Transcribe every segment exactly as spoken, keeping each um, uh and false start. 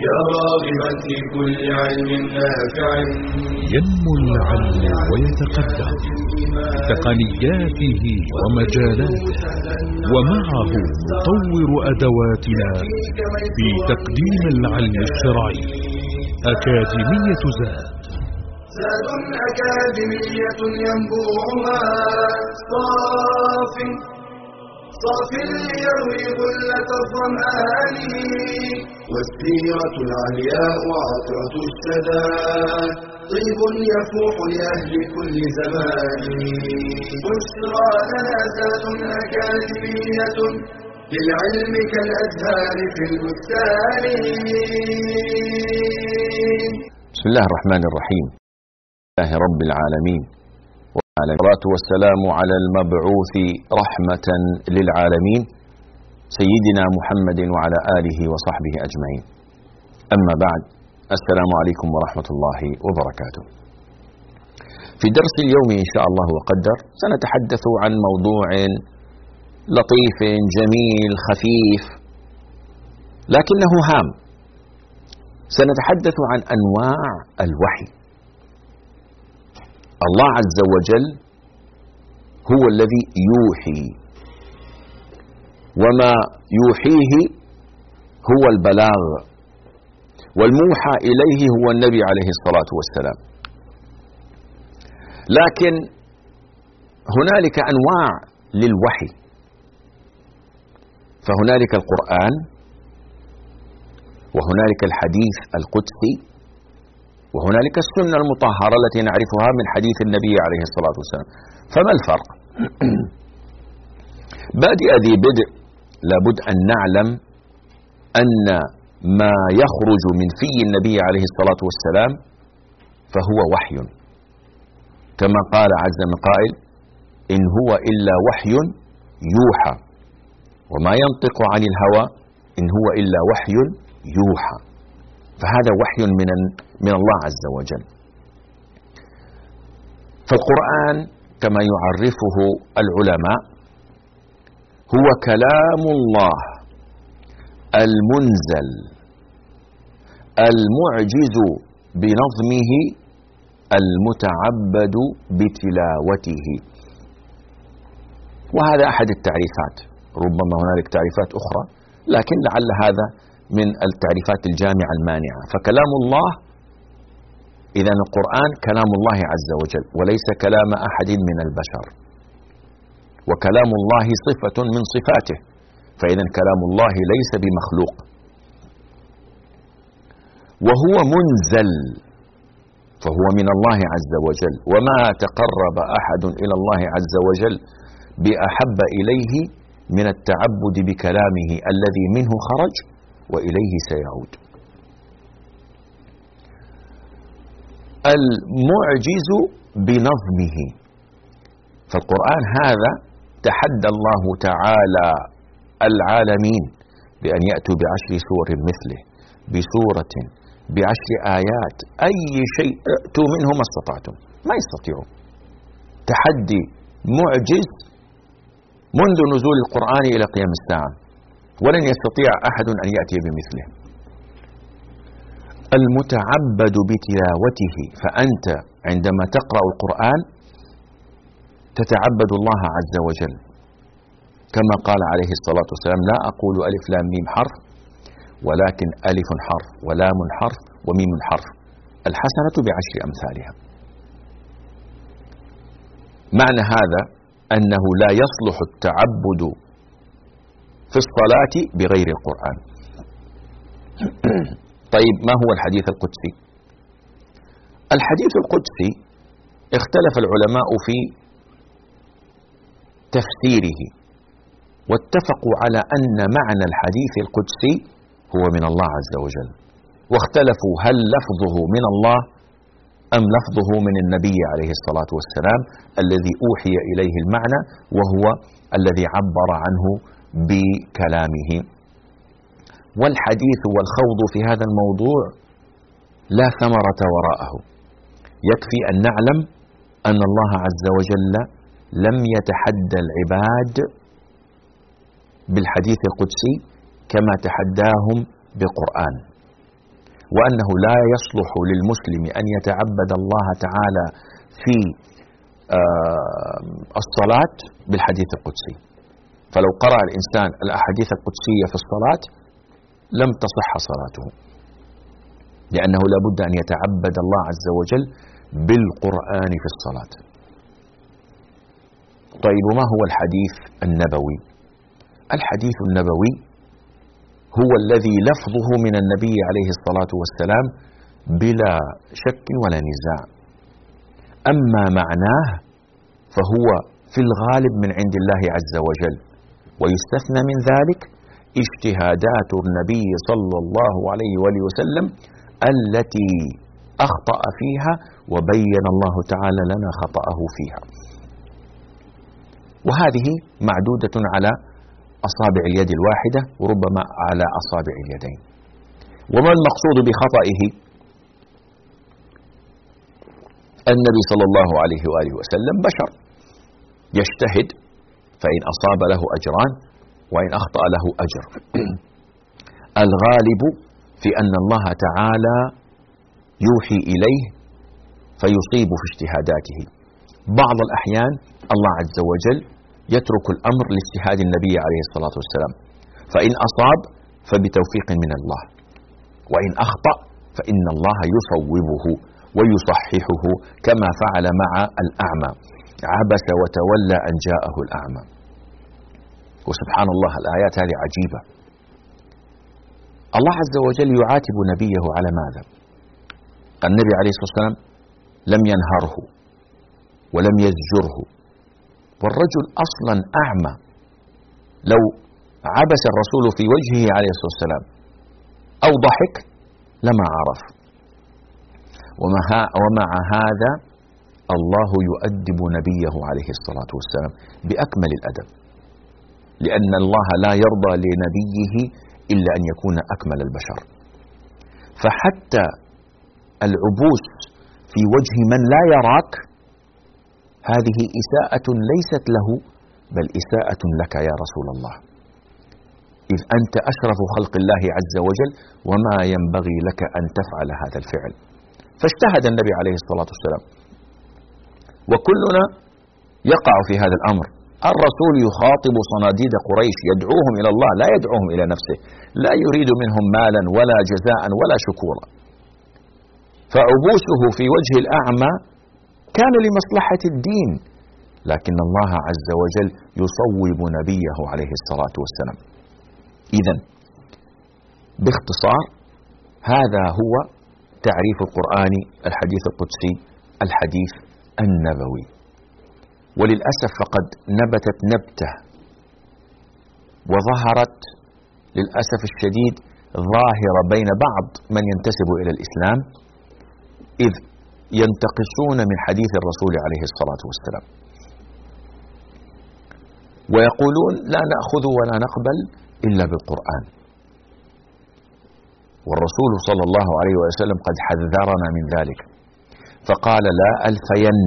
يا راغبا في كل علم نافع. ينمو العلم ويتقدم بتقنياته ومجالاته، ومعه نطور أدواتنا في تقديم العلم الشرعي. أكاديمية زاد، زاد أكاديمية ينبوعها صاف صاف ليروي غلة الظمآن، والسيرة العلياء عطرة السداد طيب يفوح لأهل كل زمان. بشرى لنا زاد أكاديمية للعلم كالأزهار في البستان. بسم الله الرحمن الرحيم. الله رب العالمين، والصلاة والسلام على المبعوث رحمة للعالمين سيدنا محمد وعلى آله وصحبه أجمعين. أما بعد، السلام عليكم ورحمة الله وبركاته. في درس اليوم إن شاء الله وقدر سنتحدث عن موضوع لطيف جميل خفيف لكنه هام. سنتحدث عن أنواع الوحي. الله عز وجل هو الذي يوحي، وما يوحيه هو البلاغ، والموحى إليه هو النبي عليه الصلاة والسلام. لكن هنالك أنواع للوحي، فهنالك القرآن، وهنالك الحديث القدسي، وهنالك السنة المطهرة التي نعرفها من حديث النبي عليه الصلاة والسلام. فما الفرق؟ بادئ ذي بدء لابد أن نعلم أن ما يخرج من في النبي عليه الصلاة والسلام فهو وحي، كما قال عز من قائل: إن هو إلا وحي يوحى وما ينطق عن الهوى إن هو إلا وحي يوحى. فهذا وحي من من الله عز وجل. فالقرآن كما يعرفه العلماء هو كلام الله المنزل المعجز بنظمه المتعبد بتلاوته. وهذا أحد التعريفات، ربما هنالك تعريفات أخرى لكن لعل هذا من التعريفات الجامعة المانعة. فكلام الله، إذا القرآن كلام الله عز وجل وليس كلام أحد من البشر، وكلام الله صفة من صفاته، فإذا كلام الله ليس بمخلوق. وهو منزل، فهو من الله عز وجل، وما تقرب أحد إلى الله عز وجل بأحب إليه من التعبد بكلامه الذي منه خرج وإليه سيعود. المعجز بنظمه، فالقرآن هذا تحدى الله تعالى العالمين بأن يأتوا بعشر سور مثله، بسورة، بعشر آيات، أي شيء ائتوا منه ما استطعتم. ما يستطيعون. تحدي معجز منذ نزول القرآن إلى قيام الساعة، ولن يستطيع أحد أن يأتي بمثله. المتعبد بتلاوته، فأنت عندما تقرأ القرآن تتعبد الله عز وجل، كما قال عليه الصلاة والسلام: لا أقول ألف لام ميم حرف، ولكن ألف حرف ولام حرف وميم حرف، الحسنة بعشر أمثالها. معنى هذا أنه لا يصلح التعبد في الصلاة بغير القرآن. طيب، ما هو الحديث القدسي؟ الحديث القدسي اختلف العلماء في تفسيره، واتفقوا على أن معنى الحديث القدسي هو من الله عز وجل، واختلفوا هل لفظه من الله أم لفظه من النبي عليه الصلاة والسلام الذي أوحي إليه المعنى، وهو الذي عبر عنه بكلامه. والحديث والخوض في هذا الموضوع لا ثمرة وراءه. يكفي أن نعلم أن الله عز وجل لم يتحدى العباد بالحديث القدسي كما تحداهم بالقرآن، وأنه لا يصلح للمسلم أن يتعبد الله تعالى في الصلاة بالحديث القدسي. فلو قرأ الإنسان الأحاديث القدسية في الصلاة لم تصح صلاته، لأنه لا بد أن يتعبد الله عز وجل بالقرآن في الصلاة. طيب، وما هو الحديث النبوي؟ الحديث النبوي هو الذي لفظه من النبي عليه الصلاة والسلام بلا شك ولا نزاع، أما معناه فهو في الغالب من عند الله عز وجل، ويستثنى من ذلك اجتهادات النبي صلى الله عليه وآله وسلم التي أخطأ فيها وبين الله تعالى لنا خطأه فيها، وهذه معدودة على أصابع اليد الواحدة وربما على أصابع اليدين. وما المقصود بخطئه؟ النبي صلى الله عليه وآله وسلم بشر يجتهد، فإن أصاب له أجران وإن أخطأ له أجر. الغالب في أن الله تعالى يوحي إليه فيصيب في اجتهاداته. بعض الأحيان الله عز وجل يترك الأمر لاجتهاد النبي عليه الصلاة والسلام، فإن أصاب فبتوفيق من الله، وإن أخطأ فإن الله يصوبه ويصححه، كما فعل مع الأعمى، عبس وتولى أن جاءه الأعمى. وسبحان الله، الآيات هذه عجيبة. الله عز وجل يعاتب نبيه على ماذا؟ النبي عليه الصلاة والسلام لم ينهره ولم يزجره، والرجل أصلا أعمى، لو عبس الرسول في وجهه عليه الصلاة والسلام أو ضحك لما عرف. ومع هذا الله يؤدب نبيه عليه الصلاة والسلام بأكمل الأدب، لأن الله لا يرضى لنبيه إلا أن يكون أكمل البشر. فحتى العبوس في وجه من لا يراك هذه إساءة ليست له، بل إساءة لك يا رسول الله، إذ أنت أشرف خلق الله عز وجل، وما ينبغي لك أن تفعل هذا الفعل. فاجتهد النبي عليه الصلاة والسلام، وكلنا يقع في هذا الأمر. الرسول يخاطب صناديد قريش، يدعوهم إلى الله، لا يدعوهم إلى نفسه، لا يريد منهم مالا ولا جزاء ولا شكورا. فعبوسه في وجه الأعمى كان لمصلحة الدين، لكن الله عز وجل يصوب نبيه عليه الصلاة والسلام. إذن باختصار هذا هو تعريف القرآن الحديث القدسي الحديث النبوي. وللأسف فقد نبتت نبتة وظهرت للأسف الشديد ظاهرة بين بعض من ينتسب إلى الإسلام، إذ ينتقصون من حديث الرسول عليه الصلاة والسلام ويقولون لا نأخذ ولا نقبل إلا بالقرآن. والرسول صلى الله عليه وسلم قد حذرنا من ذلك، فقال لا ألفين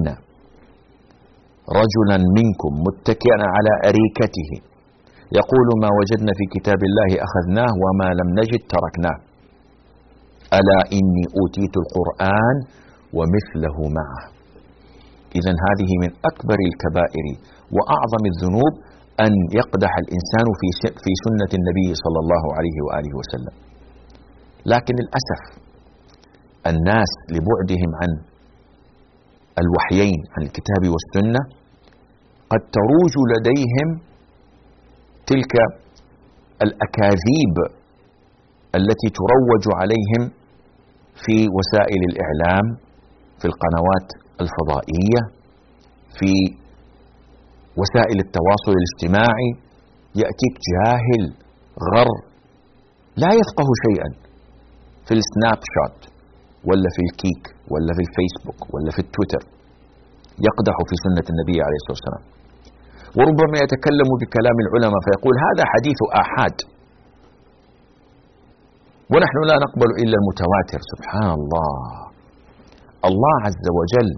رجلا منكم متكئا على أريكته يقول ما وجدنا في كتاب الله أخذناه وما لم نجد تركناه، ألا إني أوتيت القرآن ومثله معه. إذن هذه من أكبر الكبائر وأعظم الذنوب أن يقدح الإنسان في سنة النبي صلى الله عليه وآله وسلم. لكن للأسف الناس لبعدهم عن الوحيين، عن الكتاب والسنة، قد تروج لديهم تلك الأكاذيب التي تروج عليهم في وسائل الإعلام، في القنوات الفضائية، في وسائل التواصل الاجتماعي. يأتيك جاهل غر لا يفقه شيئا في السناب شات ولا في الكيك ولا في الفيسبوك ولا في التويتر، يقدح في سنة النبي عليه الصلاة والسلام، وربما يتكلم بكلام العلماء فيقول هذا حديث آحاد ونحن لا نقبل إلا المتواتر. سبحان الله، الله عز وجل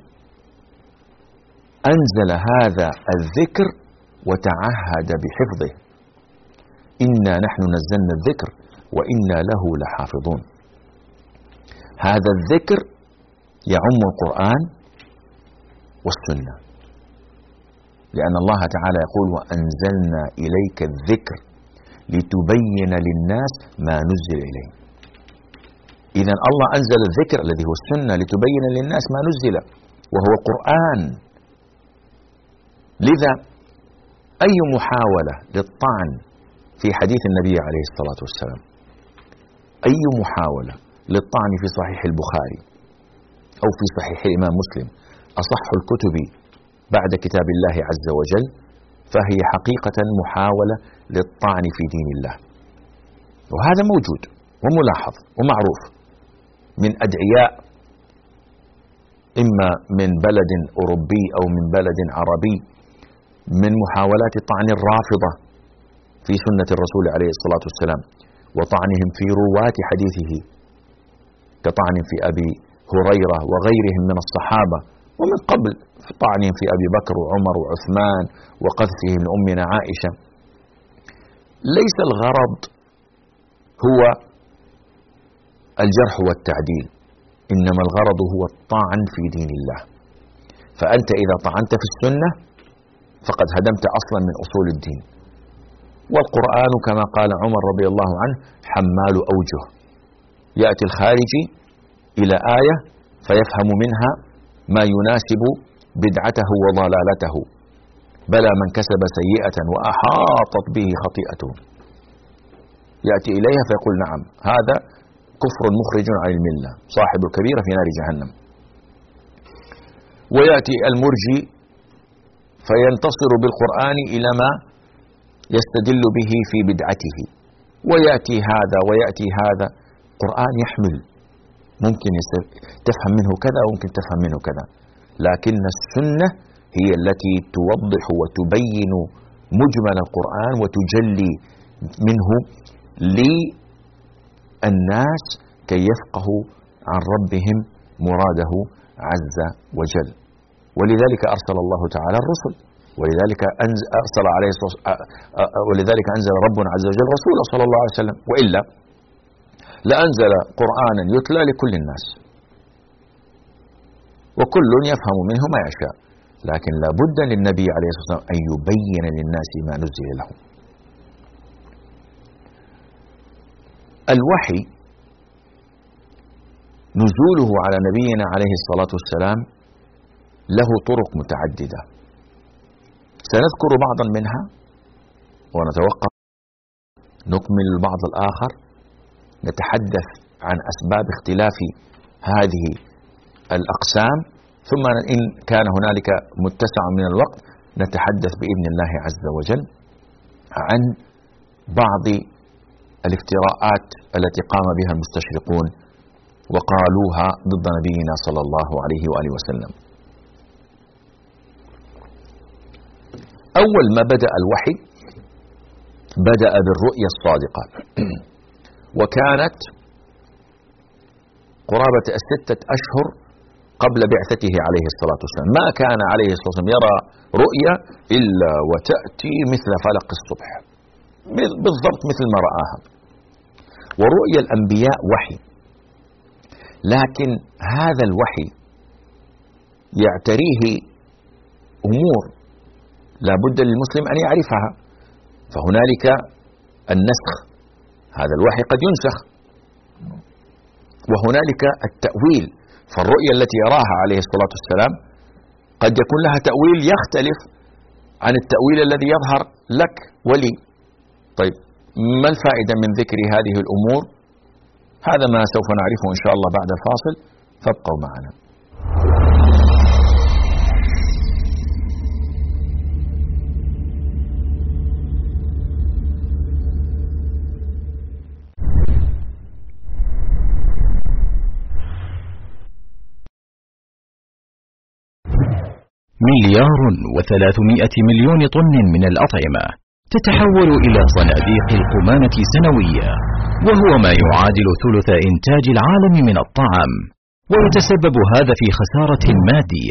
أنزل هذا الذكر وتعهد بحفظه، إنا نحن نزلنا الذكر وإنا له لحافظون. هذا الذكر يعم القرآن والسنة، لأن الله تعالى يقول وأنزلنا إليك الذكر لتبين للناس ما نزل إليه. إذن الله أنزل الذكر الذي هو السنة لتبين للناس ما نزل، وهو قرآن. لذا أي محاولة للطعن في حديث النبي عليه الصلاة والسلام، أي محاولة للطعن في صحيح البخاري أو في صحيح الإمام مسلم أصح الكتب بعد كتاب الله عز وجل، فهي حقيقة محاولة للطعن في دين الله. وهذا موجود وملاحظ ومعروف من أدعياء إما من بلد أوروبي أو من بلد عربي، من محاولات طعن الرافضة في سنة الرسول عليه الصلاة والسلام وطعنهم في رواة حديثه، كطعن في أبي هريرة وغيرهم من الصحابة، ومن قبل في طعنهم في أبي بكر وعمر وعثمان وقذفهم لأمنا عائشة. ليس الغرض هو الجرح والتعديل، إنما الغرض هو الطعن في دين الله. فأنت إذا طعنت في السنة فقد هدمت أصلا من أصول الدين. والقرآن كما قال عمر رضي الله عنه حمال أوجه، يأتي الخارجي إلى آية فيفهم منها ما يناسب بدعته وضلالته، بلى من كسب سيئة وأحاطت به خطيئته، يأتي إليها فيقول نعم هذا كفر مخرج عن الملة صاحب الكبيرة في نار جهنم. ويأتي المرجي فينتصر بالقرآن إلى ما يستدل به في بدعته، ويأتي هذا ويأتي هذا. قرآن يحمل، ممكن تفهم منه كذا وممكن تفهم منه كذا، لكن السنة هي التي توضح وتبين مجمل القرآن وتجلي منه للناس كي يفقهوا عن ربهم مراده عز وجل. ولذلك أرسل الله تعالى الرسل، ولذلك أرسل عليه ولذلك أنزل ربنا عز وجل رسوله صلى الله عليه وسلم، وإلا لأنزل قرآنا يتلى لكل الناس وكل يفهم منه ما يشاء، لكن لا بد للنبي عليه الصلاة والسلام أن يبين للناس ما نزل لهم. الوحي نزوله على نبينا عليه الصلاة والسلام له طرق متعددة، سنذكر بعضا منها ونتوقف نكمل البعض الآخر، نتحدث عن أسباب اختلاف هذه الأقسام، ثم إن كان هنالك متسع من الوقت نتحدث بإذن الله عز وجل عن بعض الافتراءات التي قام بها المستشرقون وقالوها ضد نبينا صلى الله عليه وآله وسلم. أول ما بدأ الوحي بدأ بالرؤيا الصادقة، وكانت قرابة الستة أشهر قبل بعثته عليه الصلاة والسلام. ما كان عليه الصلاة والسلام يرى رؤيا إلا وتأتي مثل فلق الصبح، بالضبط مثل ما رآها. ورؤيا الأنبياء وحي، لكن هذا الوحي يعتريه أمور لا بد للمسلم أن يعرفها. فهنالك النسخ، هذا الوحي قد ينسخ، وهنالك التأويل، فالرؤيا التي يراها عليه الصلاة والسلام قد يكون لها تأويل يختلف عن التأويل الذي يظهر لك ولي. طيب ما الفائدة من ذكر هذه الأمور؟ هذا ما سوف نعرفه إن شاء الله بعد الفاصل، فابقوا معنا. مليار وثلاثمائة مليون طن من الأطعمة تتحول إلى صناديق القمامة سنويا، وهو ما يعادل ثلث إنتاج العالم من الطعام، ويتسبب هذا في خسارة مادية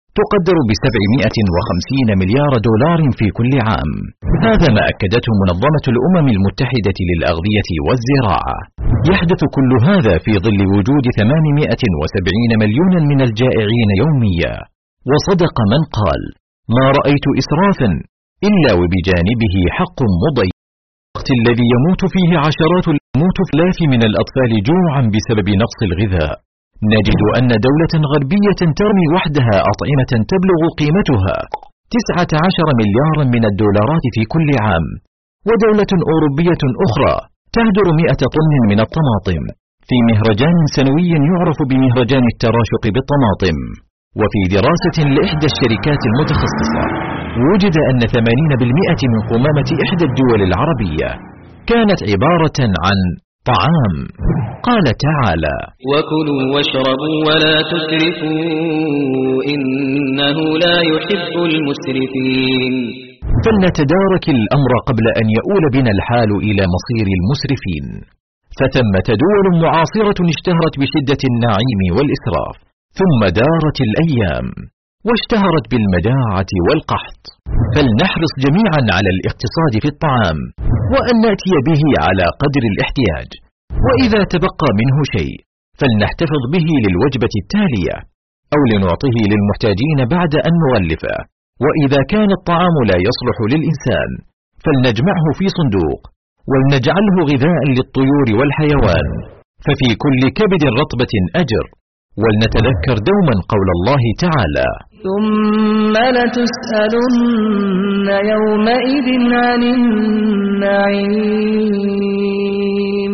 تقدر بسبعمائة وخمسين مليار دولار في كل عام. هذا ما أكدته منظمة الأمم المتحدة للأغذية والزراعة. يحدث كل هذا في ظل وجود ثمانمائة وسبعين مليونا من الجائعين يوميا. وصدق من قال: ما رأيت إسرافا إلا وبجانبه حق مضيع. الوقت الذي يموت فيه عشرات الموت آلاف من الأطفال جوعا بسبب نقص الغذاء، نجد أن دولة غربية ترمي وحدها أطعمة تبلغ قيمتها تسعة عشر مليارا من الدولارات في كل عام، ودولة أوروبية أخرى تهدر مئة طن من الطماطم في مهرجان سنوي يعرف بمهرجان التراشق بالطماطم. وفي دراسة لإحدى الشركات المتخصصة وجد أن ثمانين بالمئة من قمامة إحدى الدول العربية كانت عبارة عن طعام. قال تعالى: وكلوا واشربوا ولا تسرفوا إنه لا يحب المسرفين. فلنتدارك الأمر قبل أن يؤول بنا الحال إلى مصير المسرفين. فثمة دول معاصرة اشتهرت بشدة النعيم والإسراف، ثم دارت الأيام واشتهرت بالمجاعة والقحط. فلنحرص جميعا على الاقتصاد في الطعام، وأن نأتي به على قدر الاحتياج، وإذا تبقى منه شيء فلنحتفظ به للوجبة التالية، أو لنعطيه للمحتاجين بعد أن نغلفه. وإذا كان الطعام لا يصلح للإنسان فلنجمعه في صندوق، ولنجعله غذاء للطيور والحيوان، ففي كل كبد رطبة أجر. ولنتذكر دوما قول الله تعالى: ثم لتسألن يومئذ عن النعيم.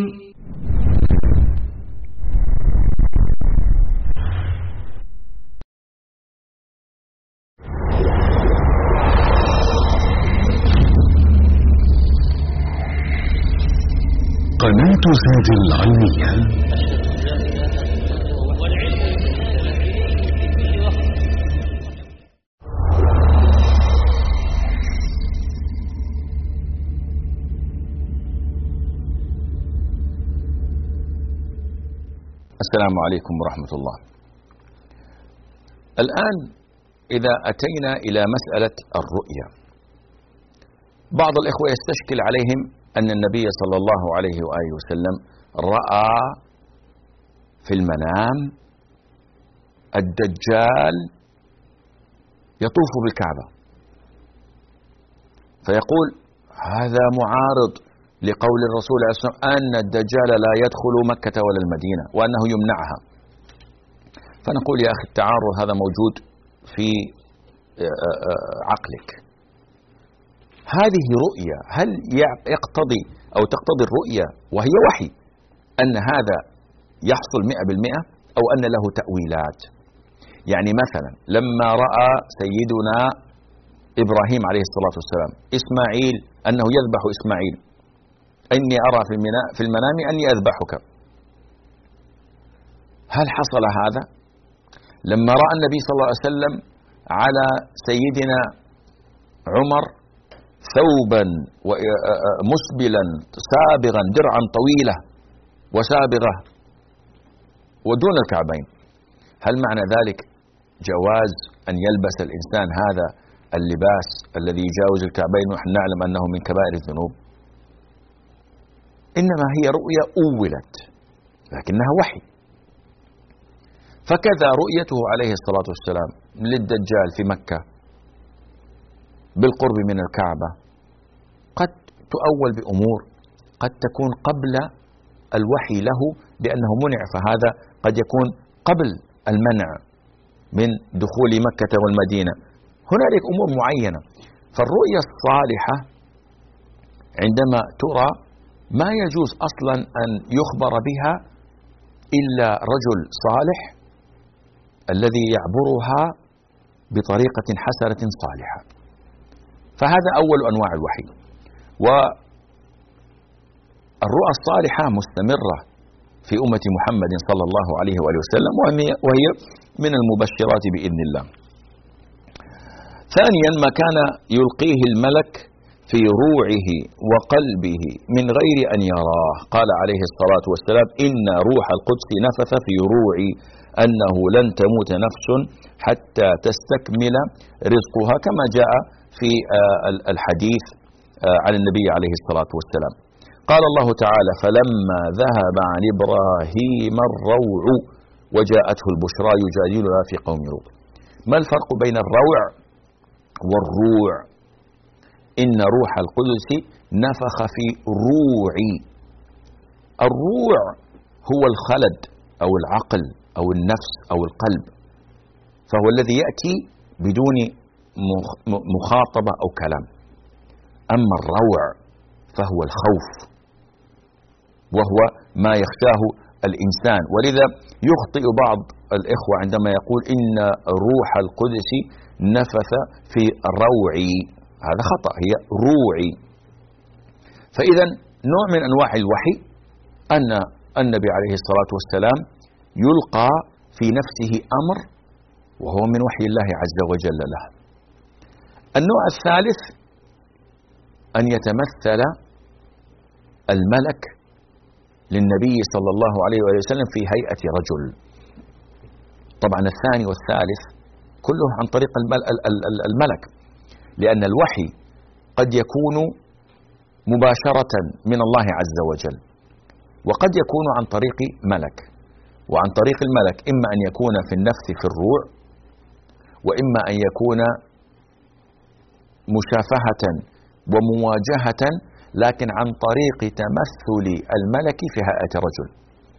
قناة زاد العلمية. السلام عليكم ورحمة الله. الآن إذا أتينا إلى مسألة الرؤية، بعض الإخوة يستشكل عليهم أن النبي صلى الله عليه وآله وسلم رأى في المنام الدجال يطوف بالكعبة، فيقول هذا معارض لقول الرسول عليه الصلاة والسلام أن الدجال لا يدخل مكة ولا المدينة وأنه يمنعها. فنقول يا أخي التعارض هذا موجود في عقلك. هذه رؤية، هل يقتضي أو تقتضي الرؤية وهي وحي أن هذا يحصل مئة بالمئة أو أن له تأويلات؟ يعني مثلا لما رأى سيدنا إبراهيم عليه الصلاة والسلام إسماعيل أنه يذبح إسماعيل، إني أرى في المنام أني أذبحك، هل حصل هذا؟ لما رأى النبي صلى الله عليه وسلم على سيدنا عمر ثوبا مسبلا سابغا درعا طويلة وسابغة ودون الكعبين، هل معنى ذلك جواز أن يلبس الإنسان هذا اللباس الذي يجاوز الكعبين ونحن نعلم أنه من كبائر الذنوب؟ إنما هي رؤية أولت لكنها وحي. فكذا رؤيته عليه الصلاة والسلام للدجال في مكة بالقرب من الكعبة قد تؤول بأمور قد تكون قبل الوحي له بأنه منع، فهذا قد يكون قبل المنع من دخول مكة والمدينة. هنالك أمور معينة. فالرؤية الصالحة عندما ترى ما يجوز أصلا أن يخبر بها إلا رجل صالح الذي يعبرها بطريقة حسنة صالحة. فهذا أول أنواع الوحي. والرؤى الصالحة مستمرة في أمة محمد صلى الله عليه وآله وسلم، وهي من المبشرات بإذن الله. ثانيا ما كان يلقيه الملك في روعه وقلبه من غير أن يراه. قال عليه الصلاة والسلام إن روح القدس نفث في روعي أنه لن تموت نفس حتى تستكمل رزقها، كما جاء في الحديث عن النبي عليه الصلاة والسلام. قال الله تعالى: فلما ذهب عن إبراهيم الروع وجاءته البشرى يجادلنا في قوم لوط. ما الفرق بين الروع والروع؟ إن روح القدس نفخ في روعي. الروع هو الخلد أو العقل أو النفس أو القلب، فهو الذي يأتي بدون مخاطبة أو كلام. أما الروع فهو الخوف، وهو ما يخشاه الإنسان. ولذا يخطئ بعض الإخوة عندما يقول إن روح القدس نفث في روعي، هذا خطأ، هي روعي. فإذا نوع من أنواع الوحي أن النبي عليه الصلاة والسلام يلقى في نفسه أمر وهو من وحي الله عز وجل له. النوع الثالث أن يتمثل الملك للنبي صلى الله عليه وسلم في هيئة رجل. طبعا الثاني والثالث كله عن طريق الملك، لأن الوحي قد يكون مباشرة من الله عز وجل، وقد يكون عن طريق ملك. وعن طريق الملك إما أن يكون في النفس في الروع، وإما أن يكون مشافهة ومواجهة، لكن عن طريق تمثل الملك في هيئة رجل.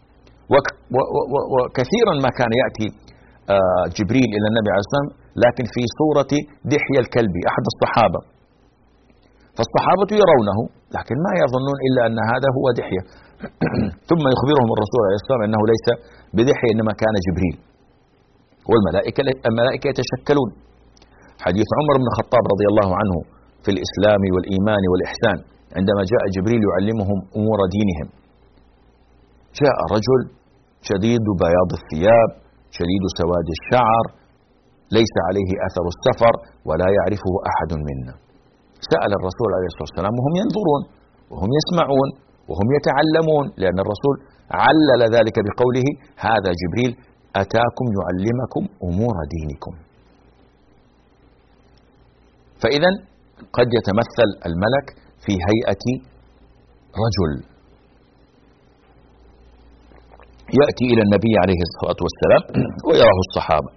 وكثيرا ما كان يأتي جبريل إلى النبي عليه الصلاة والسلام لكن في صورة دحية الكلبي أحد الصحابة، فالصحابة يرونه لكن ما يظنون إلا أن هذا هو دحية ثم يخبرهم الرسول عليه الصلاة والسلام أنه ليس بدحية إنما كان جبريل، والملائكة الملائكة يتشكلون. حديث عمر بن الخطاب رضي الله عنه في الإسلام والإيمان والإحسان عندما جاء جبريل يعلمهم أمور دينهم، جاء رجل شديد بياض الثياب شديد سواد الشعر ليس عليه أثر السفر ولا يعرفه أحد منا. سأل الرسول عليه الصلاة والسلام وهم ينظرون وهم يسمعون وهم يتعلمون، لأن الرسول علل ذلك بقوله: هذا جبريل أتاكم يعلمكم أمور دينكم. فإذا قد يتمثل الملك في هيئة رجل يأتي إلى النبي عليه الصلاة والسلام ويراه الصحابة.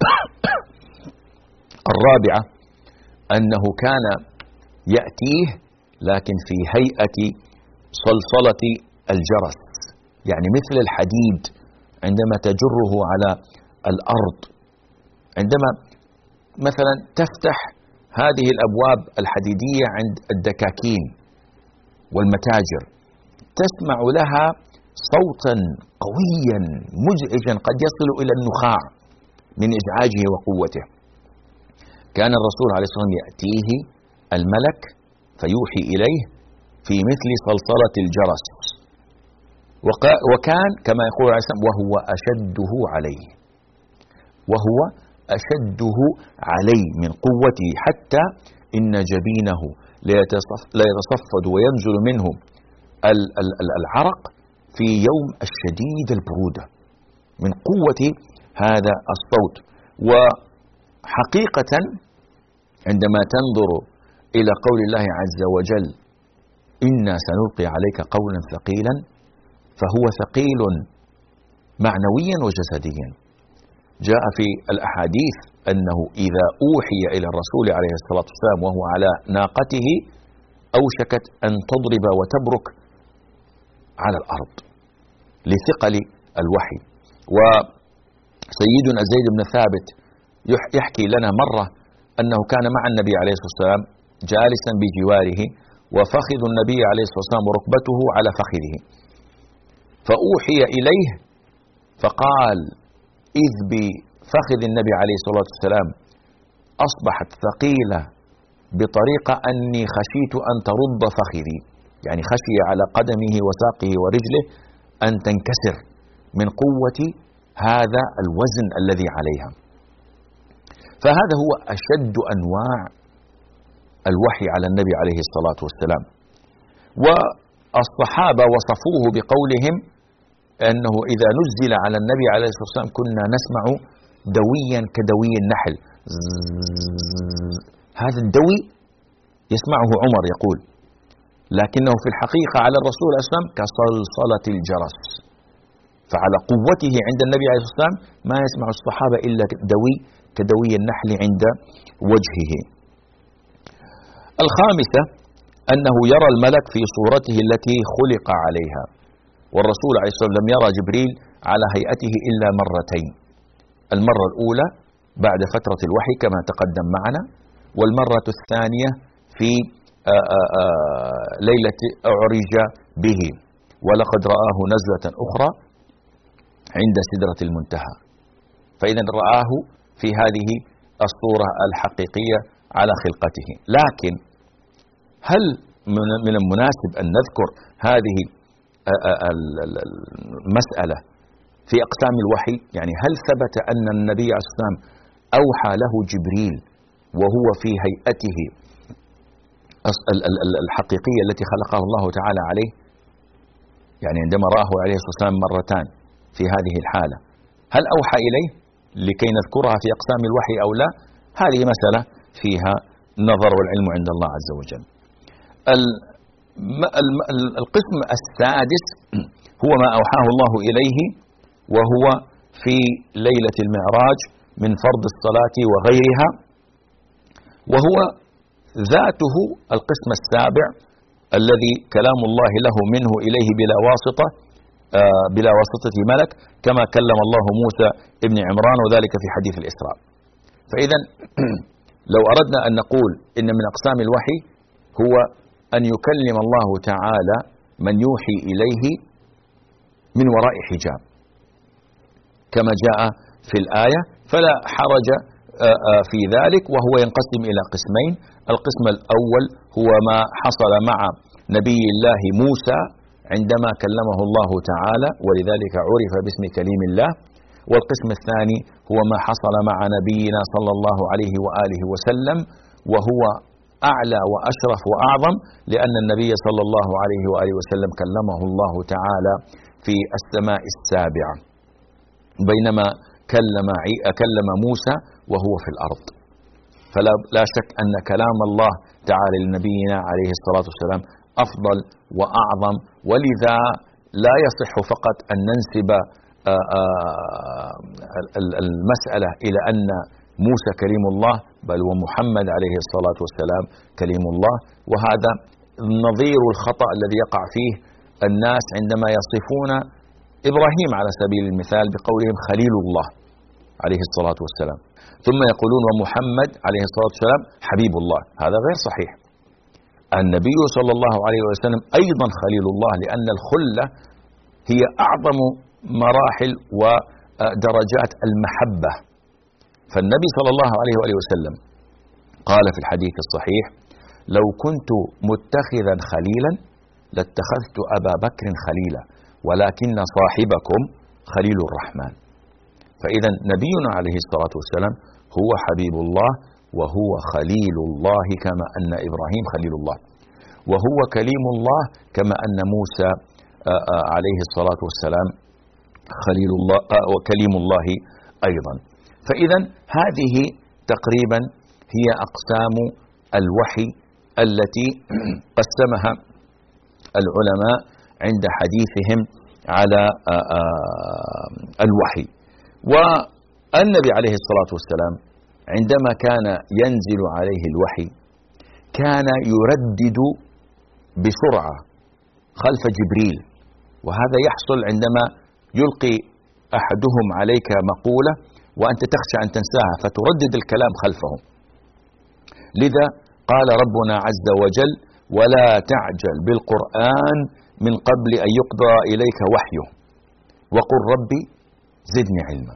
الرابعة أنه كان يأتيه لكن في هيئة صلصلة الجرس، يعني مثل الحديد عندما تجره على الأرض، عندما مثلا تفتح هذه الأبواب الحديدية عند الدكاكين والمتاجر تسمع لها صوتا قويا مزعجا قد يصل إلى النخاع من إزعاجه وقوته. كان الرسول عليه الصلاة والسلام يأتيه الملك فيوحي إليه في مثل صلصلة الجرس، وكان كما يقول عليه الصلاة والسلام وهو أشده عليه وهو أشده عليه من قوته، حتى إن جبينه لا يتصفد وينزل منه العرق في يوم الشديد البرودة من قوة هذا الصوت. وحقيقة عندما تنظر إلى قول الله عز وجل: إنا سنلقي عليك قولا ثقيلا، فهو ثقيل معنويا وجسديا. جاء في الأحاديث أنه إذا أوحي إلى الرسول عليه الصلاة والسلام وهو على ناقته أوشكت أن تضرب وتبرك على الأرض لثقل الوحي. وسيدنا زيد بن ثابت يحكي لنا مرة أنه كان مع النبي عليه الصلاة والسلام جالسا بجواره، وفخذ النبي عليه الصلاة والسلام وركبته على فخذه، فأوحي إليه فقال: إذ بفخذ النبي عليه الصلاة والسلام أصبحت ثقيلة بطريقة أني خشيت أن ترد فخذي، يعني خشي على قدمه وساقه ورجله أن تنكسر من قوة هذا الوزن الذي عليها. فهذا هو أشد أنواع الوحي على النبي عليه الصلاة والسلام. والصحابة وصفوه بقولهم: أنه إذا نزل على النبي عليه الصلاة والسلام كنا نسمع دويا كدوي النحل. هذا الدوي يسمعه عمر يقول، لكنه في الحقيقة على الرسول عليه الصلاة والسلام كصلصلة الجرس، فعلى قوته عند النبي عليه الصلاة والسلام ما يسمع الصحابة إلا دوي كدوي النحل عند وجهه. الخامسة أنه يرى الملك في صورته التي خلق عليها، والرسول عليه الصلاة والسلام لم يرى جبريل على هيئته إلا مرتين، المرة الأولى بعد فترة الوحي كما تقدم معنا، والمرة الثانية في آآ آآ ليلة أعرج به، ولقد رآه نزلة أخرى عند سدرة المنتهى. فإذا رآه في هذه الصورة الحقيقية على خلقته. لكن هل من المناسب أن نذكر هذه المسألة في أقسام الوحي؟ يعني هل ثبت أن النبي عليه الصلاة والسلام أوحى له جبريل وهو في هيئته الحقيقية التي خلقها الله تعالى عليه؟ يعني عندما رآه عليه الصلاة والسلام مرتان في هذه الحالة، هل أوحى إليه لكي نذكرها في أقسام الوحي أو لا؟ هذه مسألة فيها نظر والعلم عند الله عز وجل. القسم السادس هو ما أوحاه الله إليه وهو في ليلة المعراج من فرض الصلاة وغيرها، وهو ذاته القسم السابع الذي كلام الله له منه إليه بلا واسطة آه بلا واسطة ملك، كما كلم الله موسى ابن عمران، وذلك في حديث الإسراء. فإذا لو أردنا أن نقول إن من أقسام الوحي هو أن يكلم الله تعالى من يوحي إليه من وراء حجاب كما جاء في الآية، فلا حرج في ذلك، وهو ينقسم إلى قسمين. القسم الأول هو ما حصل مع نبي الله موسى عندما كلمه الله تعالى، ولذلك عرف باسم كليم الله. والقسم الثاني هو ما حصل مع نبينا صلى الله عليه وآله وسلم، وهو أعلى وأشرف وأعظم، لأن النبي صلى الله عليه وآله وسلم كلمه الله تعالى في السماء السابعة، بينما كلم كلم موسى وهو في الأرض. فلا لا شك أن كلام الله تعالى لنبينا عليه الصلاة والسلام أفضل وأعظم، ولذا لا يصح فقط أن ننسب المسألة إلى أن موسى كليم الله، بل ومحمد عليه الصلاة والسلام كليم الله. وهذا نظير الخطأ الذي يقع فيه الناس عندما يصفون إبراهيم على سبيل المثال بقولهم خليل الله عليه الصلاة والسلام، ثم يقولون ومحمد عليه الصلاة والسلام حبيب الله. هذا غير صحيح. النبي صلى الله عليه وسلم أيضا خليل الله، لأن الخلة هي أعظم مراحل ودرجات المحبة. فالنبي صلى الله عليه وآله وسلم قال في الحديث الصحيح: لو كنت متخذا خليلا لاتخذت أبا بكر خليلا، ولكن صاحبكم خليل الرحمن. فإذا نبينا عليه الصلاة والسلام هو حبيب الله وهو خليل الله، كما أن إبراهيم خليل الله، وهو كليم الله كما أن موسى عليه الصلاة والسلام خليل الله وكليم الله أيضا. فإذا هذه تقريبا هي أقسام الوحي التي قسمها العلماء عند حديثهم على الوحي. والنبي عليه الصلاة والسلام عندما كان ينزل عليه الوحي كان يردد بسرعة خلف جبريل، وهذا يحصل عندما يلقي أحدهم عليك مقولة وأنت تخشى أن تنساها فتردد الكلام خلفهم. لذا قال ربنا عز وجل: ولا تعجل بالقرآن من قبل أن يقضى إليك وحيه وقل ربي زدني علما.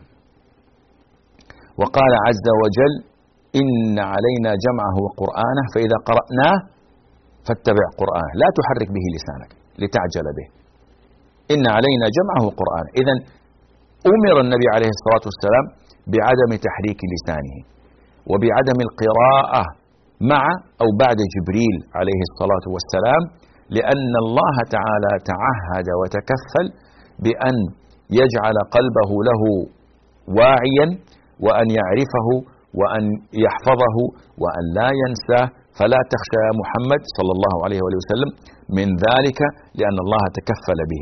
وقال عز وجل: إن علينا جمعه وقرآنه فإذا قرأناه فاتبع قرآنه لا تحرك به لسانك لتعجل به إن علينا جمعه وقرآنه. إذن أمر النبي عليه الصلاة والسلام بعدم تحريك لسانه وبعدم القراءة مع أو بعد جبريل عليه الصلاة والسلام، لأن الله تعالى تعهد وتكفل بأن يجعل قلبه له واعيا، وأن يعرفه، وأن يحفظه، وأن لا ينساه. فلا تخشى يا محمد صلى الله عليه وآله وسلم من ذلك، لأن الله تكفل به.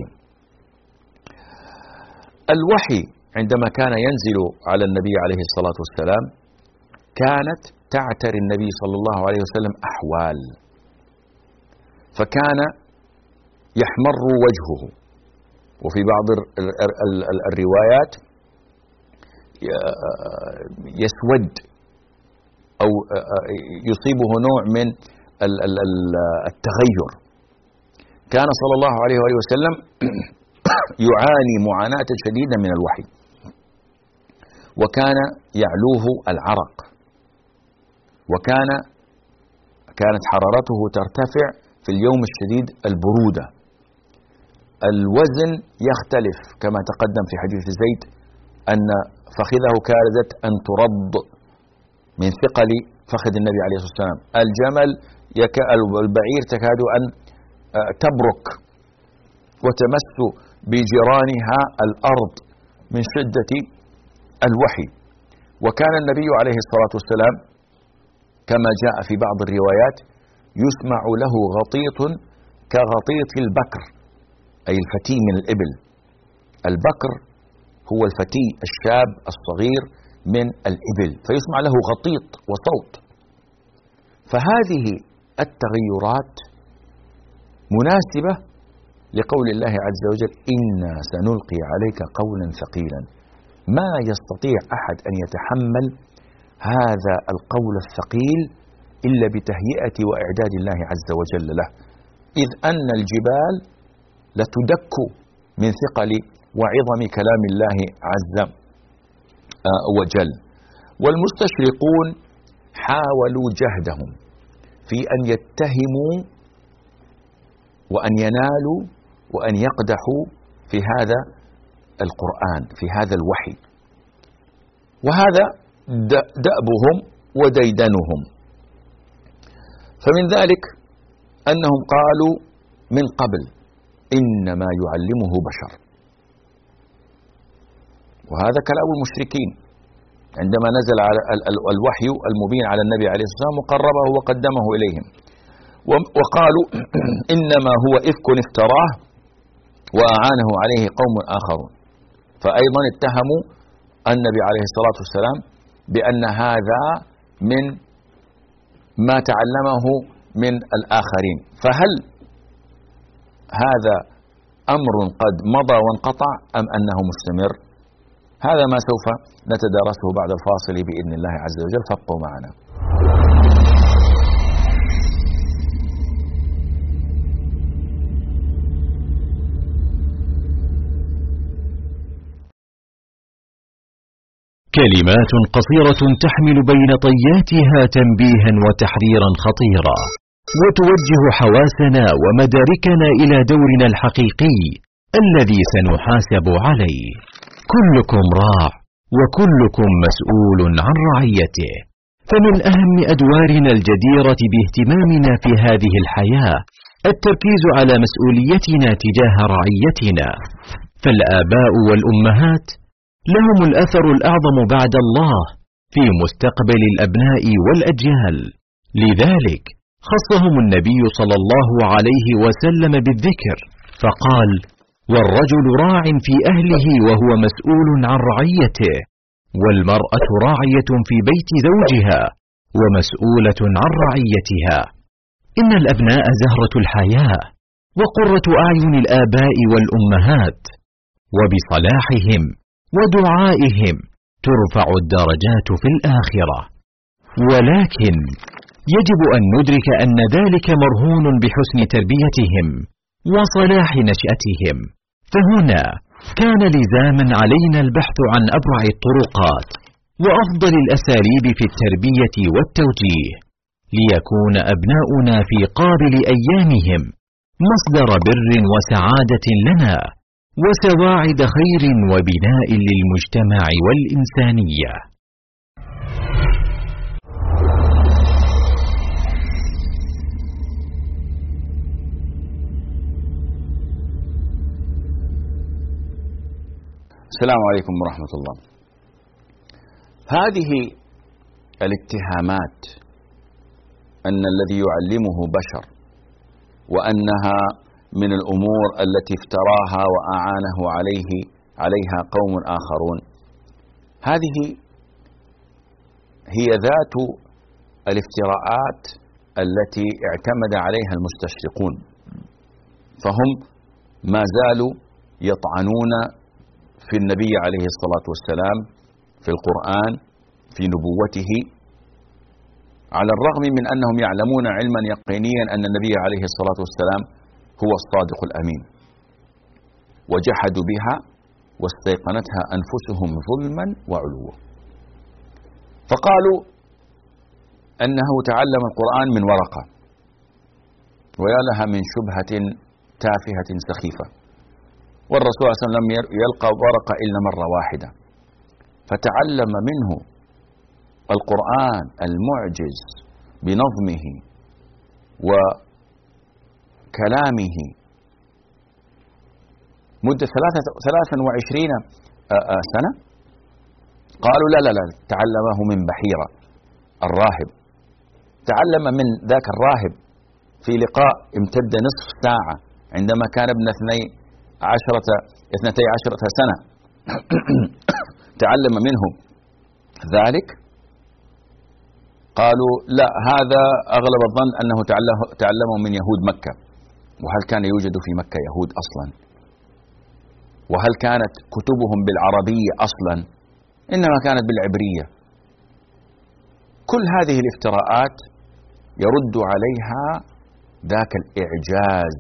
الوحي عندما كان ينزل على النبي عليه الصلاة والسلام كانت تعتري النبي صلى الله عليه وسلم أحوال، فكان يحمر وجهه، وفي بعض الروايات يسود أو يصيبه نوع من التغير. كان صلى الله عليه وآله وسلم يعاني معاناة شديدة من الوحي، وكان يعلوه العرق، وكان كانت حرارته ترتفع في اليوم الشديد البرودة. الوزن يختلف كما تقدم في حديث زيد أن فخذه كادت أن ترض من ثقل فخذ النبي عليه الصلاة والسلام. الجمل يك... البعير تكاد أن تبرك وتمس بجيرانها الأرض من شدة الوحي. وكان النبي عليه الصلاة والسلام كما جاء في بعض الروايات يسمع له غطيط كغطيط البكر، أي الفتي من الإبل. البكر هو الفتي الشاب الصغير من الإبل، فيسمع له غطيط وصوت. فهذه التغيرات مناسبة لقول الله عز وجل: إنا سنلقي عليك قولا ثقيلا. ما يستطيع أحد أن يتحمل هذا القول الثقيل إلا بتهيئة وإعداد الله عز وجل له، إذ أن الجبال لتدك من ثقل وعظم كلام الله عز وجل. والمستشرقون حاولوا جهدهم في أن يتهموا وأن ينالوا وأن يقدحوا في هذا القرآن، في هذا الوحي، وهذا دأبهم وديدنهم. فمن ذلك أنهم قالوا من قبل: إنما يعلمه بشر. وهذا كلام المشركين عندما نزل على الوحي المبين على النبي عليه الصلاة والسلام وقربه وقدمه إليهم، وقالوا إنما هو إفك افتراه وأعانه عليه قوم آخرون. فأيضا اتهموا النبي عليه الصلاة والسلام بأن هذا من ما تعلمه من الآخرين. فهل هذا أمر قد مضى وانقطع أم أنه مستمر؟ هذا ما سوف نتدارسه بعد الفاصل بإذن الله عز وجل، فابقوا معنا. كلمات قصيرة تحمل بين طياتها تنبيها وتحذيرا خطيرا، وتوجه حواسنا ومداركنا إلى دورنا الحقيقي الذي سنحاسب عليه. كلكم راع وكلكم مسؤول عن رعيته. فمن أهم أدوارنا الجديرة باهتمامنا في هذه الحياة التركيز على مسؤوليتنا تجاه رعيتنا. فالآباء والأمهات لهم الأثر الأعظم بعد الله في مستقبل الأبناء والأجيال. لذلك خصهم النبي صلى الله عليه وسلم بالذكر، فقال: والرجل راع في أهله وهو مسؤول عن رعيته، والمرأة راعية في بيت زوجها ومسؤولة عن رعيتها. إن الأبناء زهرة الحياة وقرة أعين الآباء والأمهات، وبصلاحهم ودعائهم ترفع الدرجات في الآخرة. ولكن يجب أن ندرك أن ذلك مرهون بحسن تربيتهم وصلاح نشأتهم. فهنا كان لزاما علينا البحث عن أبرع الطرقات وأفضل الأساليب في التربية والتوجيه، ليكون أبناؤنا في قابل أيامهم مصدر بر وسعادة لنا، وسواعد خير وبناء للمجتمع والإنسانية. السلام عليكم ورحمة الله. هذه الاتهامات أن الذي يعلمه بشر وأنها من الأمور التي افتراها وأعانه عليه عليها قوم آخرون، هذه هي ذات الافتراءات التي اعتمد عليها المستشرقون، فهم ما زالوا يطعنون في النبي عليه الصلاة والسلام، في القرآن، في نبوته، على الرغم من أنهم يعلمون علما يقينيا أن النبي عليه الصلاة والسلام هو الصادق الأمين، وجحدوا بها واستيقنتها أنفسهم ظلما وعلوا، فقالوا أنه تعلم القرآن من ورقة، ويا لها من شبهة تافهة سخيفة، والرسول صلى الله عليه وسلم لم يلقى ورقة إلا مرة واحدة، فتعلم منه القرآن المعجز بنظمه وكلامه مدة ثلاثة وعشرين سنة. قالوا لا لا لا، تعلمه من بحيرة الراهب، تعلم من ذاك الراهب في لقاء امتد نصف ساعة عندما كان ابن اثني عشرة اثنتي عشرة سنة تعلم منه ذلك. قالوا لا، هذا أغلب الظن أنه تعلمه من يهود مكة، وهل كان يوجد في مكة يهود أصلا؟ وهل كانت كتبهم بالعربية أصلا؟ إنما كانت بالعبرية. كل هذه الافتراءات يرد عليها ذاك الإعجاز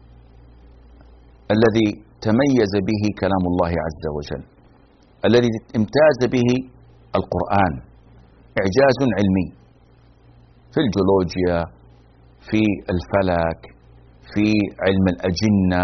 الذي تميز به كلام الله عز وجل، الذي امتاز به القرآن، إعجاز علمي في الجيولوجيا، في الفلك، في علم الأجنة،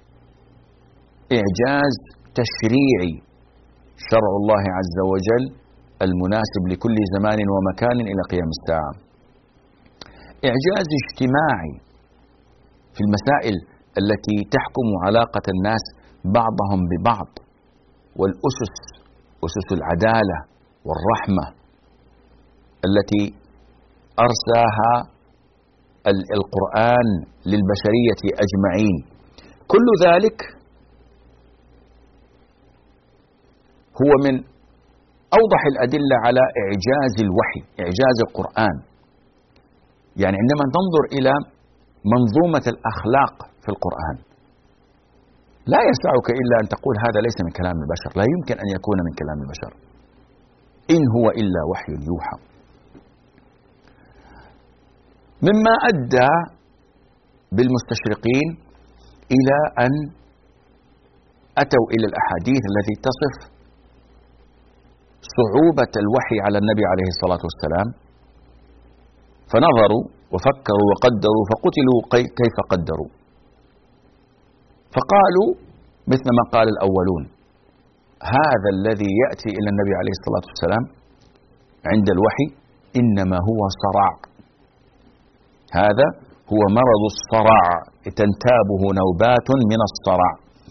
إعجاز تشريعي، شرع الله عز وجل المناسب لكل زمان ومكان إلى قيام الساعة، إعجاز اجتماعي في المسائل التي تحكم علاقة الناس بعضهم ببعض، والأسس، أسس العدالة والرحمة التي أرساها القرآن للبشرية أجمعين. كل ذلك هو من أوضح الأدلة على إعجاز الوحي، إعجاز القرآن. يعني عندما تنظر إلى منظومة الأخلاق في القرآن لا يسعك إلا أن تقول هذا ليس من كلام البشر، لا يمكن أن يكون من كلام البشر، إن هو إلا وحي يوحى. مما أدى بالمستشرقين إلى أن أتوا إلى الأحاديث التي تصف صعوبة الوحي على النبي عليه الصلاة والسلام، فنظروا وفكروا وقدروا فقتلوا كيف قدروا، فقالوا مثل ما قال الأولون: هذا الذي يأتي إلى النبي عليه الصلاة والسلام عند الوحي إنما هو صرع، هذا هو مرض الصرع، تنتابه نوبات من الصرع.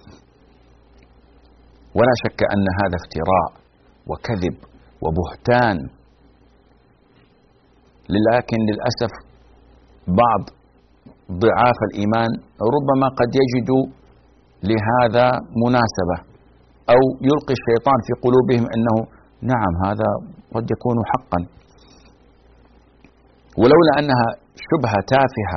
ولا شك أن هذا افتراء وكذب وبهتان، لكن للأسف بعض ضعاف الإيمان ربما قد يجدوا لهذا مناسبة، أو يلقي الشيطان في قلوبهم أنه نعم هذا قد يكون حقا، ولولا أنها شبهة تافهة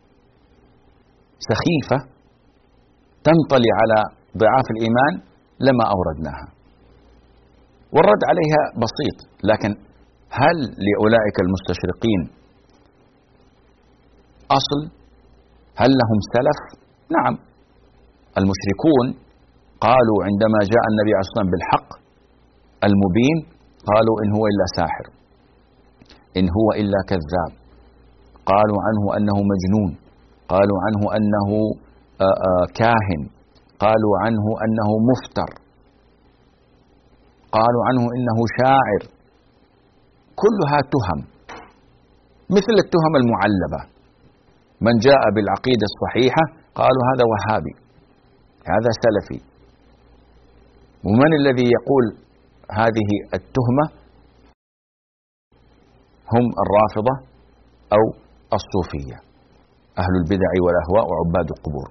سخيفة تنطلي على ضعاف الإيمان لما أوردناها. والرد عليها بسيط، لكن هل لأولئك المستشرقين أصل؟ هل لهم سلف؟ نعم، المشركون قالوا عندما جاء النبي عليه الصلاة والسلام بالحق المبين قالوا إن هو إلا ساحر، إن هو إلا كذاب، قالوا عنه أنه مجنون، قالوا عنه أنه آآ آآ كاهن، قالوا عنه أنه مفتر، قالوا عنه إنه شاعر. كلها تهم مثل التهم المعلبة. من جاء بالعقيدة الصحيحة قالوا هذا وهابي، هذا سلفي، ومن الذي يقول هذه التهمة؟ هم الرافضة أو الصوفية، أهل البدع والأهواء وعباد القبور.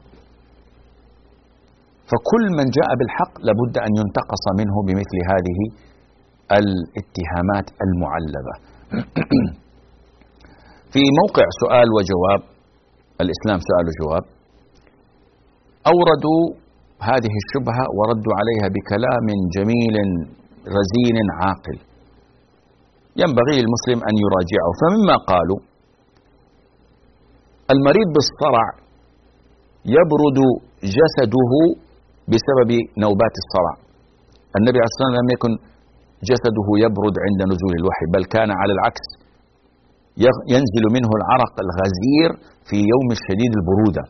فكل من جاء بالحق لابد أن ينتقص منه بمثل هذه الاتهامات المعلبة. في موقع سؤال وجواب، الإسلام سؤال وجواب، أوردوا هذه الشبهة وردوا عليها بكلام جميل رزين عاقل ينبغي للمسلم أن يراجعه. فمما قالوا: المريض بالصرع يبرد جسده بسبب نوبات الصرع. النبي عليه الصلاة والسلام لم يكن جسده يبرد عند نزول الوحي، بل كان على العكس ينزل منه العرق الغزير في يوم الشديد البرودة.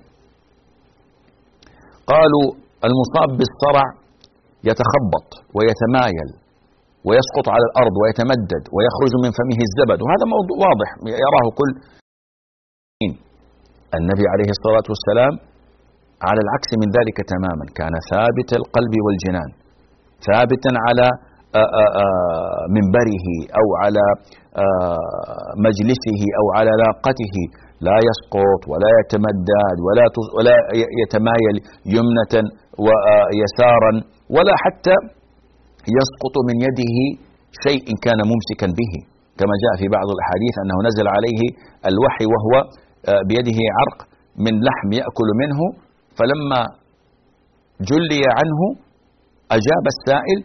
قالوا: المصاب بالصرع يتخبط ويتمايل ويسقط على الأرض ويتمدد ويخرج من فمه الزبد، وهذا موضوع واضح يراه كل. النبي عليه الصلاة والسلام على العكس من ذلك تماما، كان ثابت القلب والجنان، ثابتا على منبره أو على مجلسه أو على لاقته، لا يسقط ولا يتمدد ولا ولا يتمايل يمنة ويسارا، ولا حتى يسقط من يده شيء إن كان ممسكا به، كما جاء في بعض الأحاديث أنه نزل عليه الوحي وهو بيده عرق من لحم يأكل منه، فلما جلي عنه أجاب السائل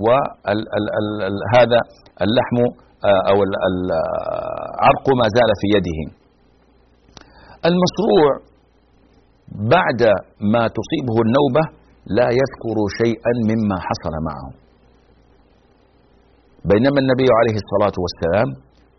وهذا اللحم أو العرق ما زال في يده. المصروع بعد ما تصيبه النوبة لا يذكر شيئا مما حصل معه، بينما النبي عليه الصلاة والسلام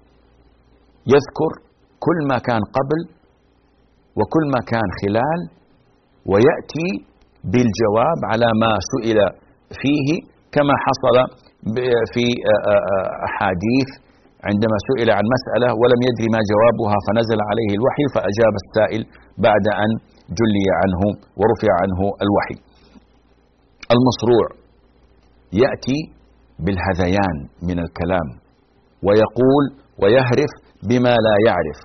يذكر كل ما كان قبل وكل ما كان خلال، ويأتي بالجواب على ما سئل فيه، كما حصل في أحاديث عندما سئل عن مسألة ولم يدري ما جوابها فنزل عليه الوحي فأجاب السائل بعد أن جلي عنه ورفع عنه الوحي. المصروع يأتي بالهذيان من الكلام ويقول ويهرف بما لا يعرف.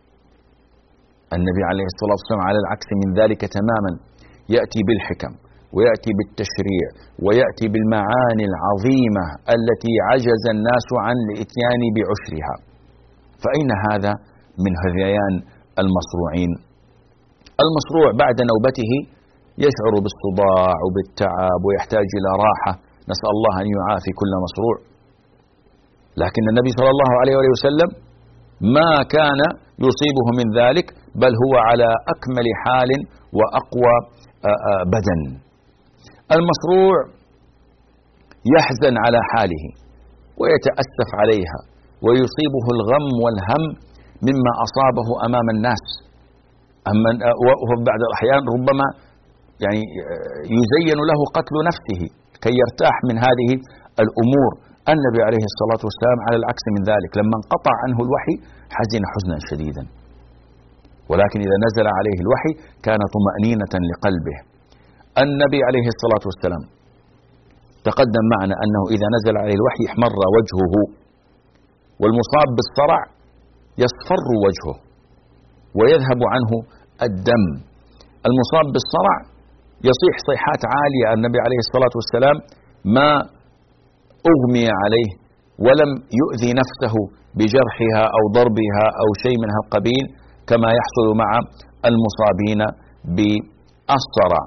النبي عليه الصلاة والسلام على العكس من ذلك تماما، يأتي بالحكم ويأتي بالتشريع ويأتي بالمعاني العظيمة التي عجز الناس عن الاتيان بعشرها. فأين هذا من هذيان المصروعين؟ المصروع بعد نوبته يشعر بالصداع وبالتعب ويحتاج إلى راحة، نسأل الله أن يعافي كل مصروع. لكن النبي صلى الله عليه وسلم ما كان يصيبه من ذلك، بل هو على أكمل حال وأقوى بدن. المصروع يحزن على حاله ويتأسف عليها ويصيبه الغم والهم مما أصابه أمام الناس، أما وبعد الأحيان ربما يعني يزين له قتل نفسه كي يرتاح من هذه الأمور. النبي عليه الصلاة والسلام على العكس من ذلك، لما انقطع عنه الوحي حزن حزنا شديدا، ولكن إذا نزل عليه الوحي كان طمأنينة لقلبه. النبي عليه الصلاة والسلام تقدم معنا أنه إذا نزل عليه الوحي احمر وجهه، والمصاب بالصرع يصفر وجهه ويذهب عنه الدم. المصاب بالصرع يصيح صيحات عالية. النبي عليه الصلاة والسلام ما أغمي عليه ولم يؤذي نفسه بجرحها أو ضربها أو شيء من هذا القبيل كما يحصل مع المصابين بالصرع.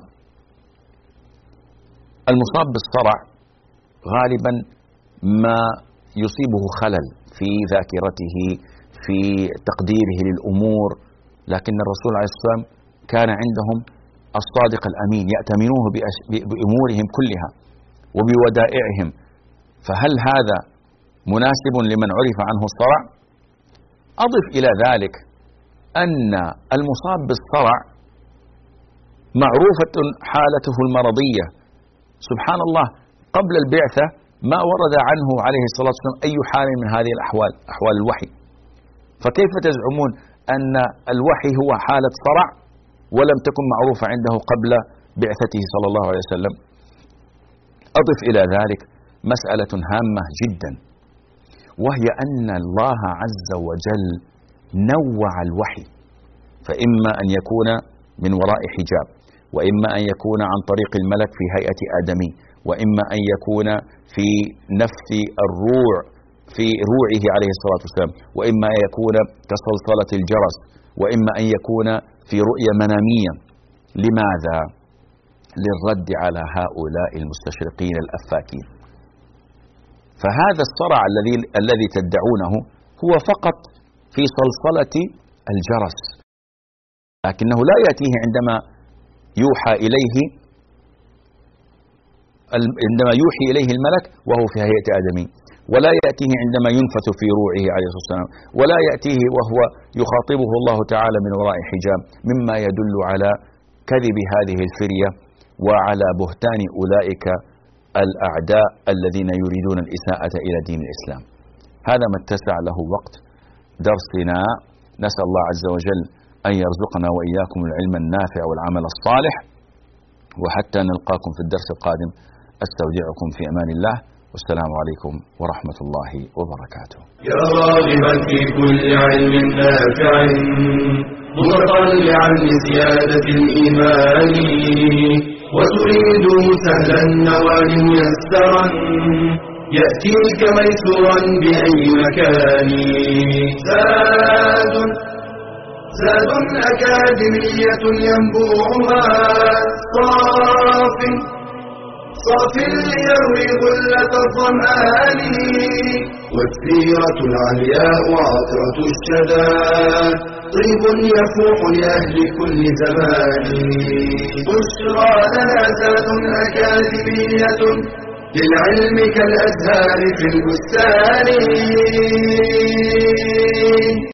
المصاب بالصرع غالبا ما يصيبه خلل في ذاكرته في تقديره للأمور، لكن الرسول عليه الصلاة والسلام كان عندهم الصادق الأمين يأتمنوه بأمورهم كلها وبودائعهم. فهل هذا مناسب لمن عرف عنه الصرع؟ أضف إلى ذلك أن المصاب بالصرع معروفة حالته المرضية. سبحان الله، قبل البعثة ما ورد عنه عليه الصلاة والسلام أي حال من هذه الأحوال، أحوال الوحي، فكيف تزعمون أن الوحي هو حالة صرع ولم تكن معروفة عنده قبل بعثته صلى الله عليه وسلم؟ أضف إلى ذلك مسألة هامة جدا، وهي أن الله عز وجل نوع الوحي، فإما أن يكون من وراء حجاب، وإما أن يكون عن طريق الملك في هيئة آدمي، وإما أن يكون في نفس الروع في روعه عليه الصلاة والسلام، وإما أن يكون كصلصلة الجرس، وإما أن يكون في رؤية منامية. لماذا؟ للرد على هؤلاء المستشرقين الأفاكين. فهذا الصرع الذي الذي تدعونه هو فقط في صلصلة الجرس، لكنه لا يأتيه عندما يوحى إليه عندما يوحي إليه الملك وهو في هيئة آدمي، ولا يأتيه عندما ينفث في روعه عليه الصلاة والسلام، ولا يأتيه وهو يخاطبه الله تعالى من وراء حجاب، مما يدل على كذب هذه الفرية وعلى بهتان أولئك الأعداء الذين يريدون الإساءة إلى دين الإسلام. هذا ما اتسع له وقت درسنا. نسأل الله عز وجل أن يرزقنا وإياكم العلم النافع والعمل الصالح، وحتى نلقاكم في الدرس القادم أستودعكم في أمان الله، والسلام عليكم ورحمة الله وبركاته. يا راغبا في كل علم نافع متطلعا لزيادة الإيمان، وتريد سهلا النوال ميسرا يأتيك ميسورا بأي مكان. زاد زاد أكاديمية ينبوعها صاف صاف ليروي غلة الظمآن، والسيرة العلياء عطرة الشدى طيب يفوح لأهل كل زمان. بشرى لنا زاد أكاديمية للعلم كالأزهار في البستان.